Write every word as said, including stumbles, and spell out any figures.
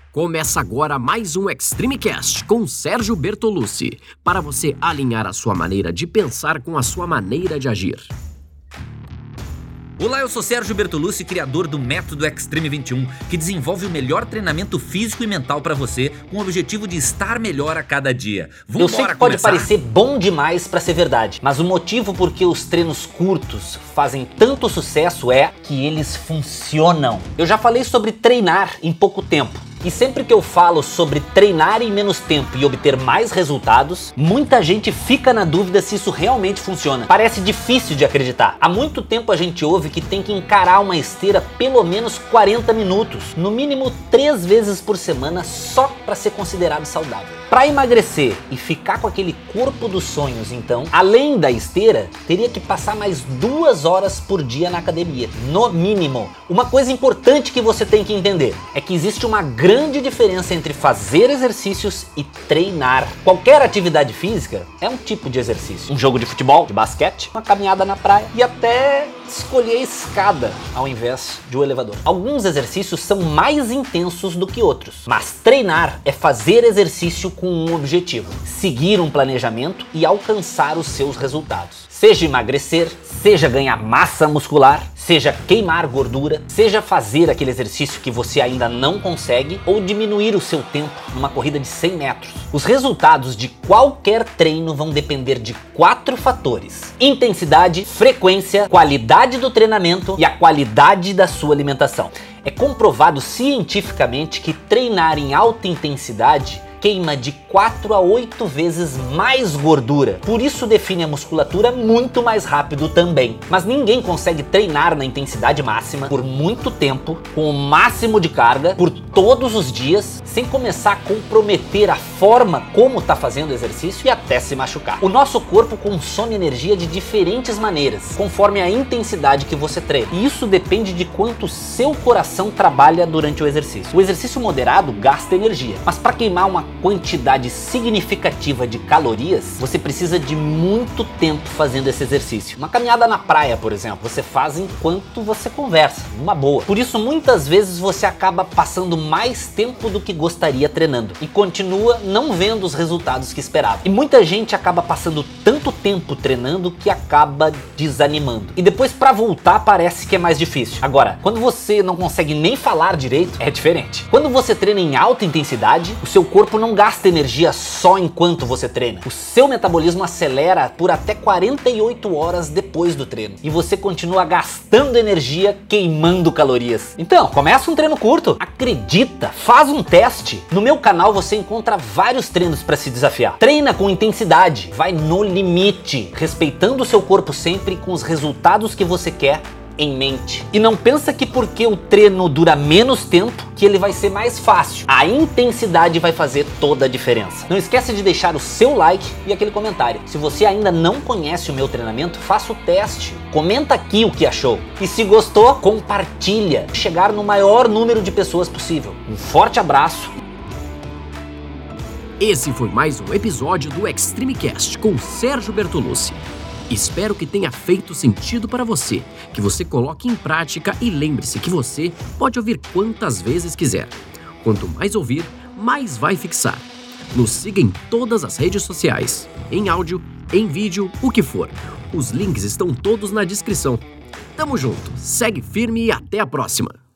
Começa agora mais um Extreme Cast com Sérgio Bertolucci, para você alinhar a sua maneira de pensar com a sua maneira de agir. Olá, eu sou Sérgio Bertolucci, criador do Método Extreme vinte e um, que desenvolve o melhor treinamento físico e mental para você, com o objetivo de estar melhor a cada dia. Vamos Eu sei que pode começar? parecer bom demais para ser verdade, mas o motivo por que os treinos curtos fazem tanto sucesso é que eles funcionam. Eu já falei sobre treinar em pouco tempo. E sempre que eu falo sobre treinar em menos tempo e obter mais resultados, muita gente fica na dúvida se isso realmente funciona. Parece difícil de acreditar. Há muito tempo a gente ouve que tem que encarar uma esteira pelo menos quarenta minutos, no mínimo três vezes por semana, só para ser considerado saudável. Para emagrecer e ficar com aquele corpo dos sonhos, então, além da esteira, teria que passar mais duas horas por dia na academia, no mínimo. Uma coisa importante que você tem que entender é que existe uma grande diferença entre fazer exercícios e treinar. Qualquer atividade física é um tipo de exercício. Um jogo de futebol, de basquete, uma caminhada na praia e até escolher a escada ao invés de um elevador. Alguns exercícios são mais intensos do que outros, mas treinar é fazer exercício com um objetivo: seguir um planejamento e alcançar os seus resultados. Seja emagrecer, seja ganhar massa muscular, seja queimar gordura, seja fazer aquele exercício que você ainda não consegue ou diminuir o seu tempo numa corrida de cem metros. Os resultados de qualquer treino vão depender de quatro fatores: intensidade, frequência, qualidade do treinamento e a qualidade da sua alimentação. É comprovado cientificamente que treinar em alta intensidade queima de quatro a oito vezes mais gordura. Por isso define a musculatura muito mais rápido também. Mas ninguém consegue treinar na intensidade máxima por muito tempo, com o máximo de carga, por todos os dias, sem começar a comprometer a forma como está fazendo o exercício e até se machucar. O nosso corpo consome energia de diferentes maneiras, conforme a intensidade que você treina. E isso depende de quanto seu coração trabalha durante o exercício. O exercício moderado gasta energia, mas para queimar uma quantidade significativa de calorias, você precisa de muito tempo fazendo esse exercício. Uma caminhada na praia, por exemplo, você faz enquanto você conversa, numa boa. Por isso, muitas vezes você acaba passando mais tempo do que gostaria treinando e continua não vendo os resultados que esperava. E muita gente acaba passando tanto tempo treinando que acaba desanimando. E depois, para voltar, parece que é mais difícil. Agora, quando você não consegue nem falar direito, é diferente. Quando você treina em alta intensidade, o seu corpo não gasta energia só enquanto você treina. O seu metabolismo acelera por até quarenta e oito horas depois do treino. E você continua gastando energia queimando calorias. Então, começa um treino curto. Acredita, faz um teste. No meu canal você encontra vários treinos para se desafiar. Treina com intensidade, vai no limite, respeitando o seu corpo sempre com os resultados que você quer em mente. E não pensa que porque o treino dura menos tempo que ele vai ser mais fácil. A intensidade vai fazer toda a diferença. Não esquece de deixar o seu like e aquele comentário. Se você ainda não conhece o meu treinamento, faça o teste. Comenta aqui o que achou. E se gostou, compartilha. Chegar no maior número de pessoas possível. Um forte abraço. Esse foi mais um episódio do Extreme Cast com Sérgio Bertolucci. Espero que tenha feito sentido para você, que você coloque em prática e lembre-se que você pode ouvir quantas vezes quiser. Quanto mais ouvir, mais vai fixar. Nos siga em todas as redes sociais, em áudio, em vídeo, o que for. Os links estão todos na descrição. Tamo junto, segue firme e até a próxima!